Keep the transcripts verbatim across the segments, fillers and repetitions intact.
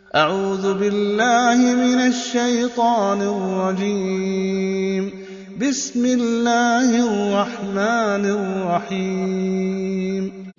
أعوذ بالله من الشيطان الرجيم. بسم الله الرحمن الرحيم.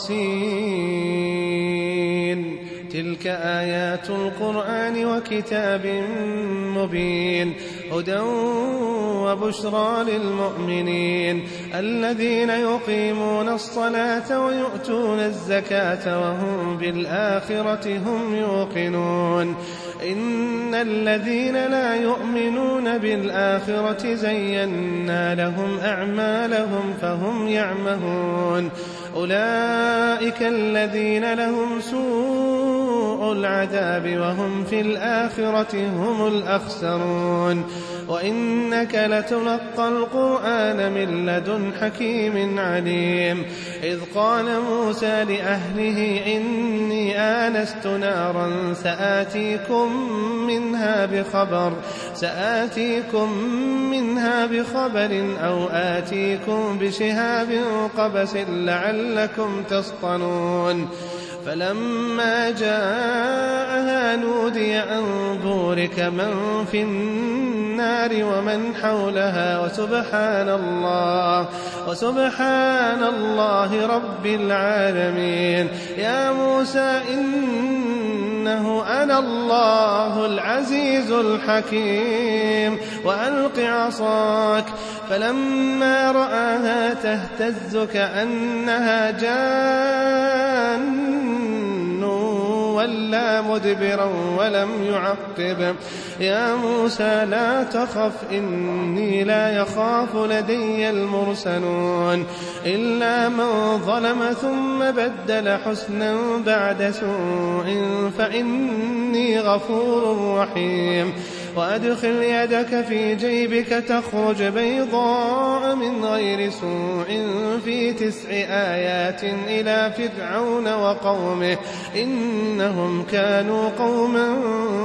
طاسين. تلك آيات القرآن وكتاب مبين هدى وبشرى للمؤمنين الذين يقيمون الصلاة ويؤتون الزكاة وهم بالآخرة هم يوقنون. إن الذين لا يؤمنون بالآخرة زينا لهم أعمالهم فهم يعمهون. أولئك الذين لهم سوء العذاب وهم في الآخرة هم الأخسرون. وإنك لتلقى القرآن من لدن حكيم عليم. إذ قال موسى لأهله إني آنست نارا سآتيكم منها بخبر سآتيكم منها بخبر أو آتيكم بشهاب قبس لعلكم تصطلون. فلما جاءها نودي أن بورك من في النار ومن حولها وسبحان الله وسبحان الله رب العالمين. يا موسى إنه أنا الله العزيز الحكيم وألق عصاك. فلما رآها تهتز كأنها جان ولا مدبرا ولم يعقب. يا موسى لا تخف إني لا يخاف لدي المرسلون. إلا من ظلم ثم بدل حسنا بعد سوء فإني غفور رحيم. وأدخل يدك في جيبك تخرج بيضاء من غير سوء في تسع آيات إلى فرعون وقومه إنهم كانوا قوما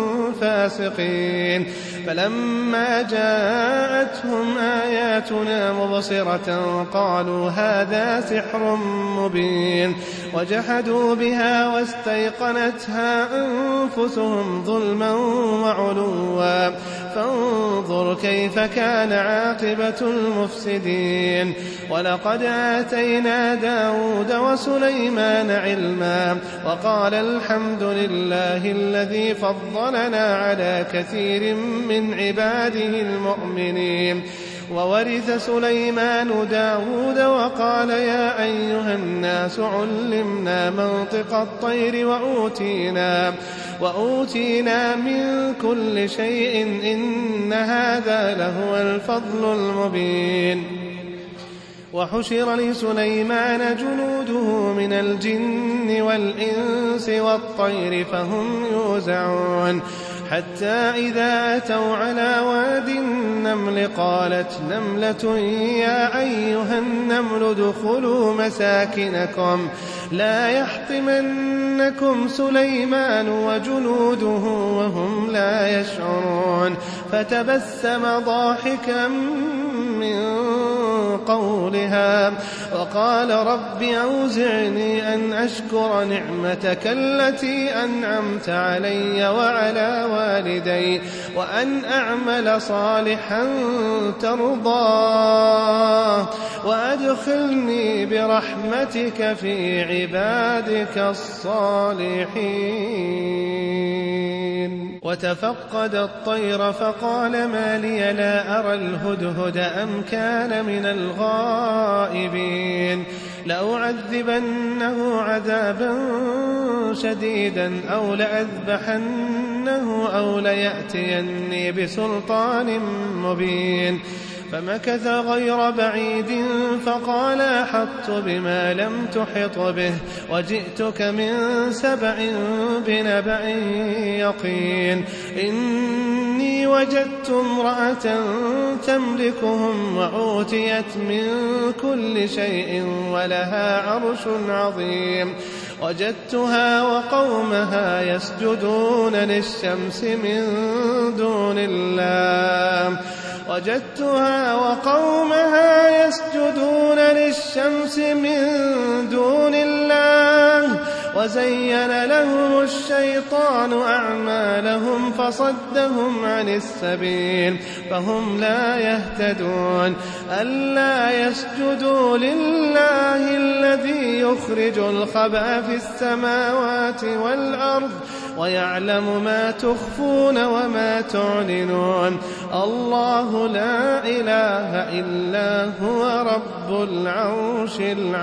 فاسقين. فلما جاءتهم آياتنا مبصرة قالوا هذا سحر مبين. وجحدوا بها واستيقنتها أنفسهم ظلما وعلوا فانظر كيف كان عاقبة المفسدين. ولقد آتينا داود وسليمان علما وقال الحمد لله الذي فضلنا على كثير من عباده المؤمنين. وورث سليمان داود وقال يا أيها الناس علمنا منطق الطير وأوتينا, وأوتينا من كل شيء إن هذا لهو الفضل المبين. وحشر لسليمان جنوده من الجن والإنس والطير فهم يوزعون. حتى إذا أتوا على واد النمل قالت نملة يا أيها النمل ادخلوا مساكنكم لا يحطمنكم سليمان وجنوده وهم لا يشعرون. فتبسم ضاحكا من قولها وقال رب أوزعني أن أشكر نعمتك التي أنعمت علي وعلى والدي وأن أعمل صالحا ترضاه وأدخلني برحمتك في عبادك الصالحين. وتفقد الطير فقال ما لي لا أرى الهدهد أم كان من الغائبين. لأعذبنه عذابا شديدا أو لأذبحنه أو ليأتيني بسلطان مبين. فمكث غير بعيد فقال أحطت بما لم تحط به وجئتك من سبأ بنبأ يقين. إني وجدت امرأة تملكهم وأوتيت من كل شيء ولها عرش عظيم. وجدتها وقومها يسجدون للشمس من دون الله وجدتها وقومها يسجدون للشمس من دون الله وزين لهم الشيطان أعمالهم فصدهم عن السبيل فهم لا يهتدون ألا يسجدوا لله الذي يخرج الخبأ في السماوات والأرض ويعلم ما تخفون وما تعلنون الله لا إله إلا هو رب العرش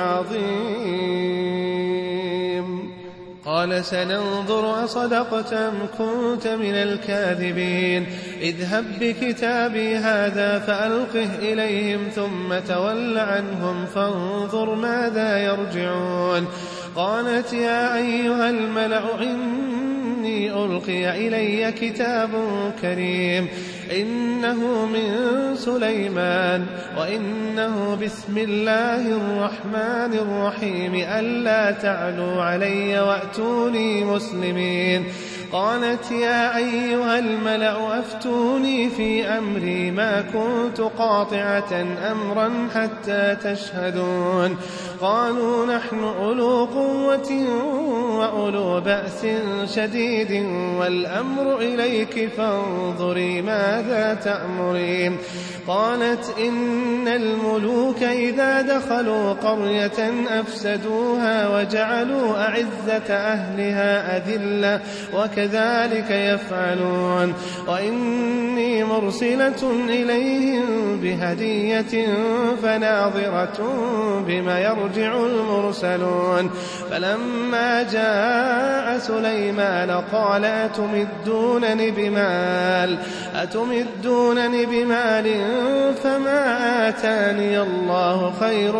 العظيم. قال سننظر أصدقت أم كنت من الكاذبين اذهب بكتابي هذا فألقه إليهم ثم تول عنهم فانظر ماذا يرجعون. قالت يا أيها الملأ إني ألقي إلي كتاب كريم إنه من سليمان وإنه بسم الله الرحمن الرحيم ألا تعلوا علي وأتوني مسلمين. قالت يا أيها الملأ أفتوني في أمري ما كنت قاطعة أمرا حتى تشهدون. قالوا نحن أولو قوة وأولو بأس شديد والأمر إليك فانظري ماذا تأمرين. قالت إن الملوك إذا دخلوا قرية أفسدوها وجعلوا أعزة أهلها أذلة وكذلك يفعلون وإني مرسلة إليهم بهدية فناظرة بما يرجع المرسلون. فلما جاء سليمان قال أتمدونني بمال أتمدونني بمال فما آتاني الله خير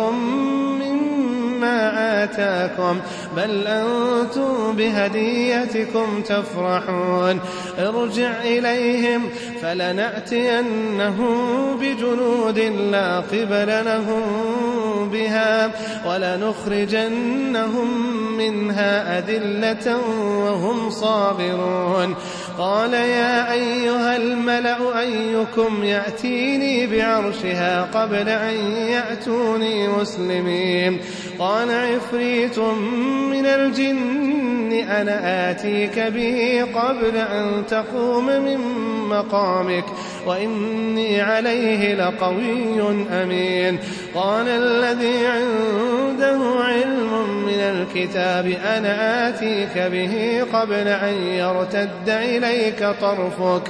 مما آتاكم بل أنتم بهديتكم تفرحون. ارجع إليهم فلنأتينهم بجنود لا قبل لهم بها ولنخرجنهم منها أذلة وهم صاغرون. قال يا أيها الملأ أيكم يأتيني بعرشها قبل أن يأتوني مسلمين. قال عفريت من الجن أنا آتيك به قبل أن تقوم من مقامك وإني عليه لقوي أمين. قال الذي عنده علم من الكتاب أنا آتيك به قبل أن يرتد إليك طرفك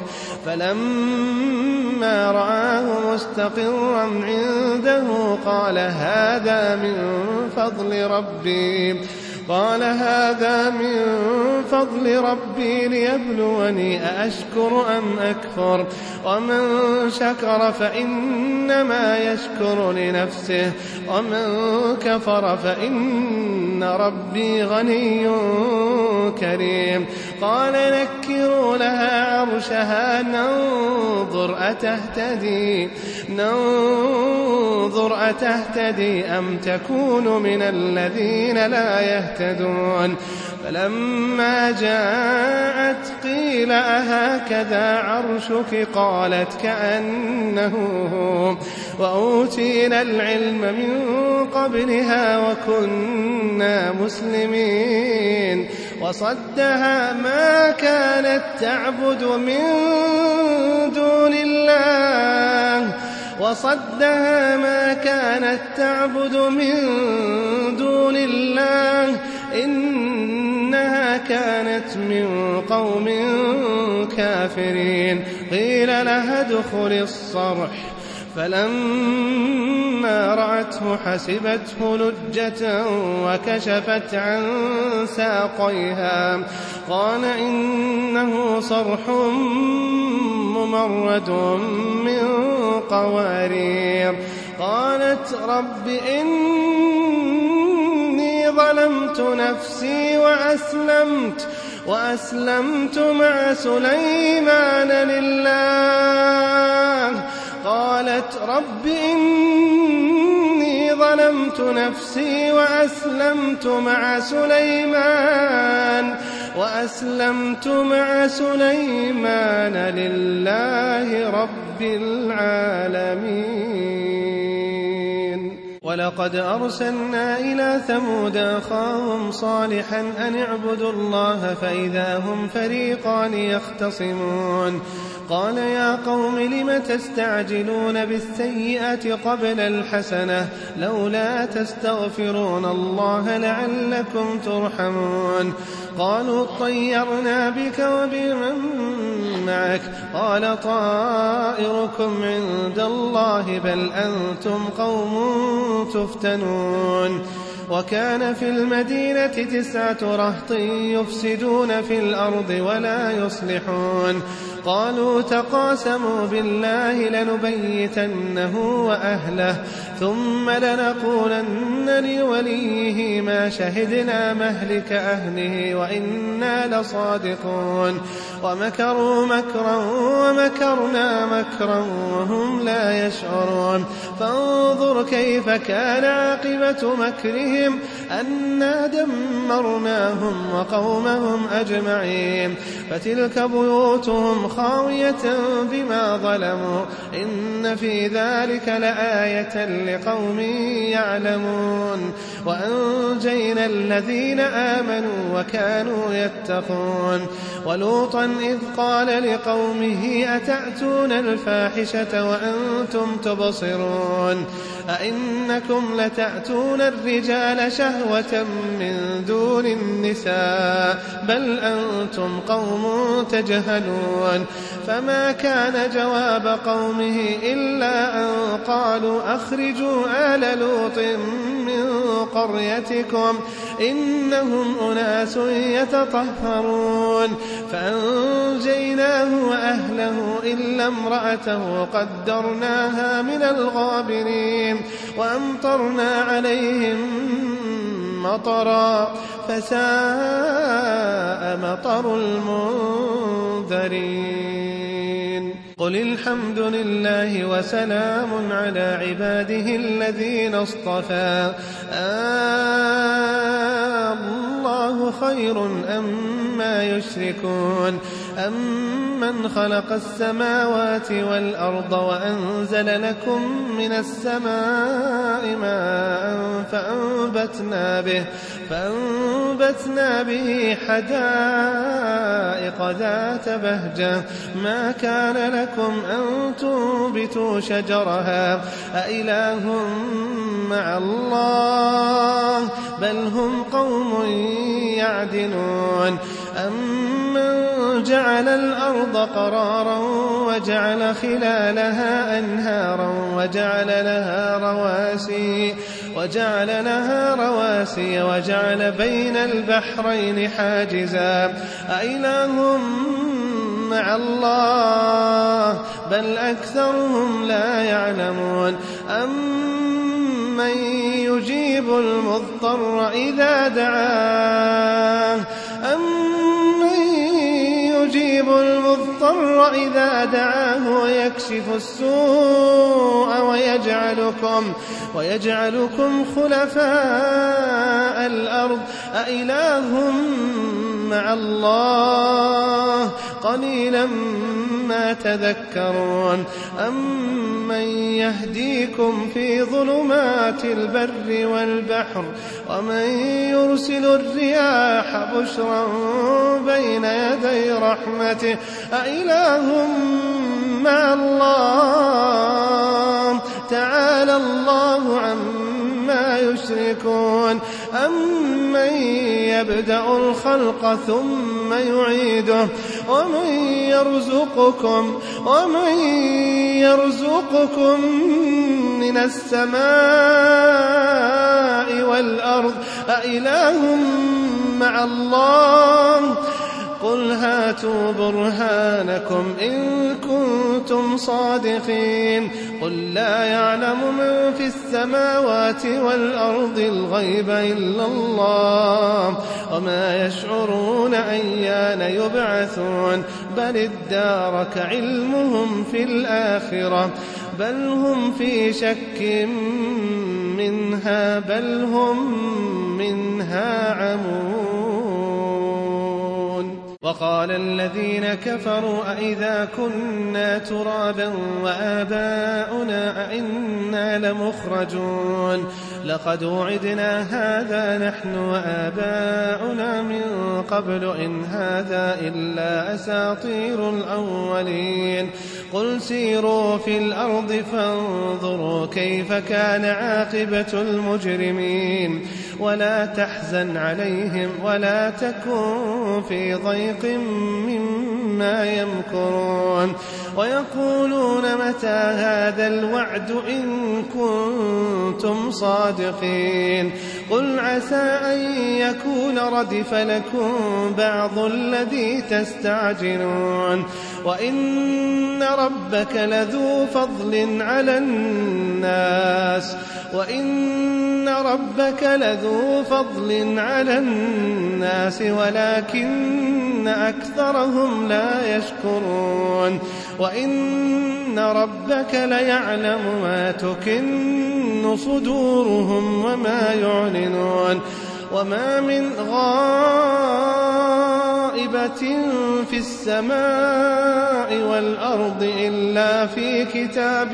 فلما رآه مستقرا عنده قال هذا من فضل ربي قال هذا من فضل ربي ليبلوني أأشكر أم أكفر ومن شكر فإنما يشكر لنفسه ومن كفر فإن ربي غني كريم. قال نكروا لها عرشها ننظر أتهتدي ننظر أتهتدي أم تكون من الذين لا يهتدون. فلما جاءت قيل أهكذا عرشك قالت كأنه هو وأوتينا العلم من قبلها وكنا مسلمين. وصدها ما كانت تعبد من دون الله وصدها ما كانت تعبد من دون الله إنها كانت من قوم كافرين. قيل لها ادخل الصرح فلما رأته حسبته لجة وكشفت عن ساقيها قال إنه صرح ممرد من قوارير. قالت رب إني ظلمت نفسي وأسلمت وأسلمت مع سليمان لله. قالت رب إني ظلمت نفسي وأسلمت مع سليمان وأسلمت مع سليمان لله رب العالمين. ولقد أرسلنا إلى ثمود أخاهم صالحا أن اعبدوا الله فإذا هم فريقان يختصمون قال يا قوم لم تستعجلون بالسيئة قبل الحسنة لولا تستغفرون الله لعلكم ترحمون قالوا طيرنا بك وبمن معك قال طائركم عند الله بل أنتم قوم تفتنون وكان في المدينة تسعة رهط يفسدون في الأرض ولا يصلحون قالوا تقاسموا بالله لنبيتنه وأهله ثم لنقولن لوليه ما شهدنا مهلك أهله وإنا لصادقون ومكروا مكرا ومكرنا مكرا وهم لا يشعرون فانظر كيف كان عاقبة مكرهم أنا دمرناهم وقومهم أجمعين فتلك بيوتهم خاوية بما ظلموا إن في ذلك لآية لقوم يعلمون وأنجينا الذين آمنوا وكانوا يتقون ولوطا إذ قال لقومه أتأتون الفاحشة وأنتم تبصرون أئنكم لتأتون الرجال شهوة من دون النساء بل أنتم قوم تجهلون فما كان جواب قومه إلا أن قالوا أخرجوا آل لوط من قريتكم إنهم أناس يتطهرون فأنجيناه وأهله إلا امرأته قدرناها من الغابرين وأمطرنا عليهم مطرا فساء مطر المنذرين قل الحمد لله وسلام على عباده الذين اصطفى الله خير أما يشركون أمن خلق السماوات والأرض وأنزل لكم من السماء ماء فأنبتنا به, فأنبتنا به حدائق ذات بهجة ما كان لكم أن تنبتوا شجرها أإله مع الله بل هم قوم يعدلون أمن جعل الأرض قرارا وجعل خلالها أنهارا وجعل لها رواسي وجعل لها رواسي وجعل بين البحرين حاجزا أإله مع الله بل أكثرهم لا يعلمون أمن يجيب المضطر إذا دعاه أمن يجيب المضطر إذا دعاه ويكشف السوء ويجعلكم ويجعلكم خلفاء الأرض أإله مع الله قليلا ما تذكرون أمن يهديكم في ظلمات البر والبحر ومن يرسل الرياح بشرا بين يدي رحمته أإله مع الله تعالى الله عما يشركون أمن يبدأ الخلق ثم يعيده ومن يرزقكم ومن يرزقكم من السماء والأرض أإله مع الله قل هاتوا برهانكم إن كنتم صادقين قل لا يعلم من في السماوات والأرض الغيب إلا الله وما يشعرون أيان يبعثون بل ادارك علمهم في الآخرة بل هم في شك منها بل هم منها عمون وقال الذين كفروا أئذا كنا ترابا وآباؤنا أئنا لمخرجون لقد وعدنا هذا نحن وآباؤنا من قبل إن هذا إلا أساطير الأولين قل سيروا في الأرض فانظروا كيف كان عاقبة المجرمين ولا تحزن عليهم ولا تكن في ضيق مما يمكرون ويقولون متى هذا الوعد إن كنتم صادقين قل عسى أن يكون ردف لكم بعض الذي تستعجلون وإن ربك لذو فضل على الناس وإن ربك لذو فضل على الناس ولكن أكثرهم لا يشكرون وإن ربك ليعلم ما تكن صدورهم وما يعلنون وما من غائبة في السماء والأرض إلا في كتاب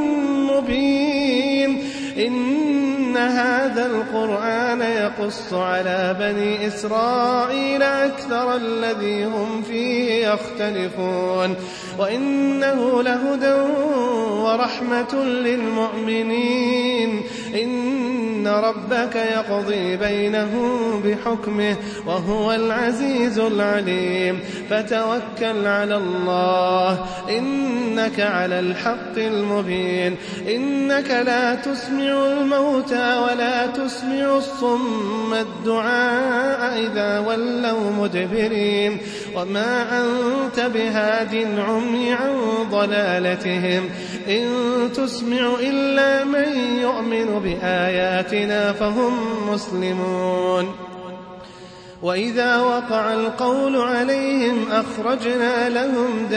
مبين إن هذا القرآن يقص على بني إسرائيل أكثر الذي هم فيه يختلفون وإنه لهدى ورحمة للمؤمنين إن ربك يقضي بينهم بحكمه وهو العزيز العليم فتوكل على الله إنك على الحق المبين إنك لا تسمع الموتى ولا تسمع الصم الدعاء إذا ولوا مدبرين وما أنت بهاد العمي عن ضلالتهم إن تسمع إلا من يؤمن بآياتنا فهم مسلمون وإذا وقع القول عليهم أخرجنا لهم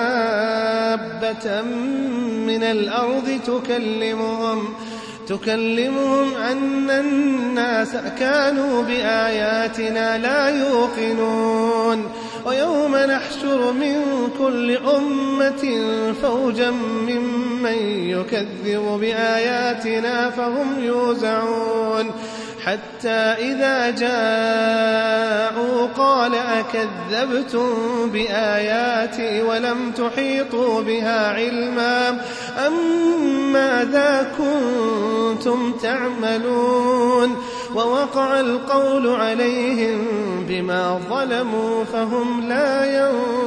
دابة من الأرض تكلمهم تكلمهم أن الناس كانوا بآياتنا لا يوقنون ويوم نحشر من كل أمة فوجا ممن يكذب بآياتنا فهم يوزعون حتى إذا جاءوا قال أكذبتم بآياتي ولم تحيطوا بها علما أم ماذا كنتم تعملون ووقع القول عليهم بما ظلموا فهم لا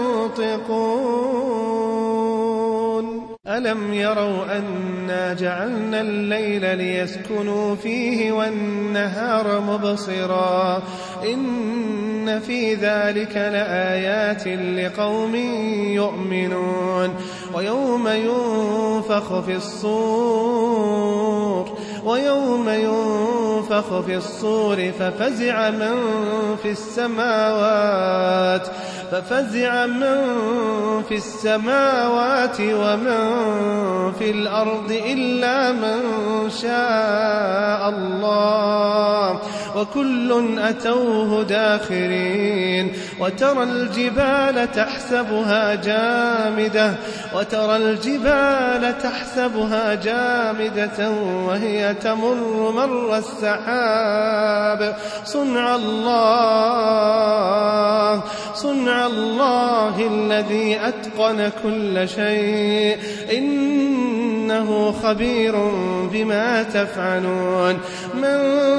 ينطقون ألم يروا أنا جعلنا الليل ليسكنوا فيه والنهار مبصرا إن في ذلك لآيات لقوم يؤمنون ويوم ينفخ في الصور ويوم ينفخ في الصور ففزع من في السماوات ففزع من في السماوات ومن في الأرض إلا من شاء الله وكل أتوه داخرين وترى الجبال تحسبها جامدة وترى الجبال تحسبها جامدة وهي تمر مر السحاب صنع الله صنع الله الذي أتقن كل شيء إنه خبير بما تفعلون من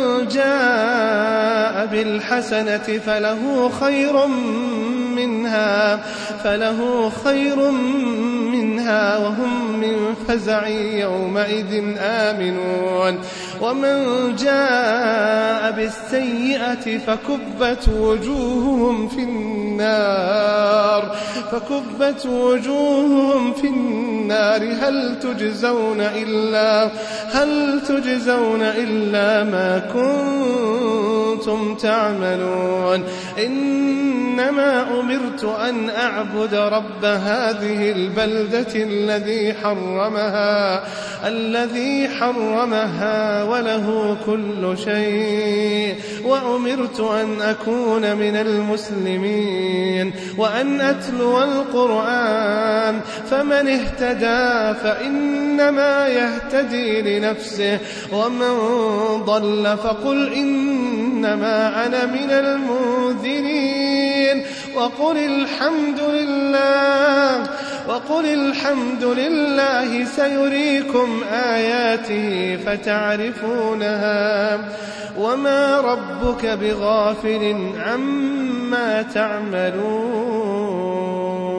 جاء بالحسنة فله خير منها فله خير منها وهم من فزع يومئذ آمنون ومن جاء بالسيئة فكبت وجوههم في النار فكبت وجوههم في النار هل تجزون إلا هل تجزون إلا ما كنتم كنتم تعملون إنما أمرت أن أعبد رب هذه البلدة الذي حرمها الذي حرمها وله كل شيء وأمرت أن أكون من المسلمين وأن أتلو القرآن فمن اهتدى فإنما يهتدي لنفسه ومن ضل فقل إنما أنا من المنذرين وقل الحمد لله وقل الحمد لله سيريكم آياته فتعرفونها وما ربك بغافل عما تعملون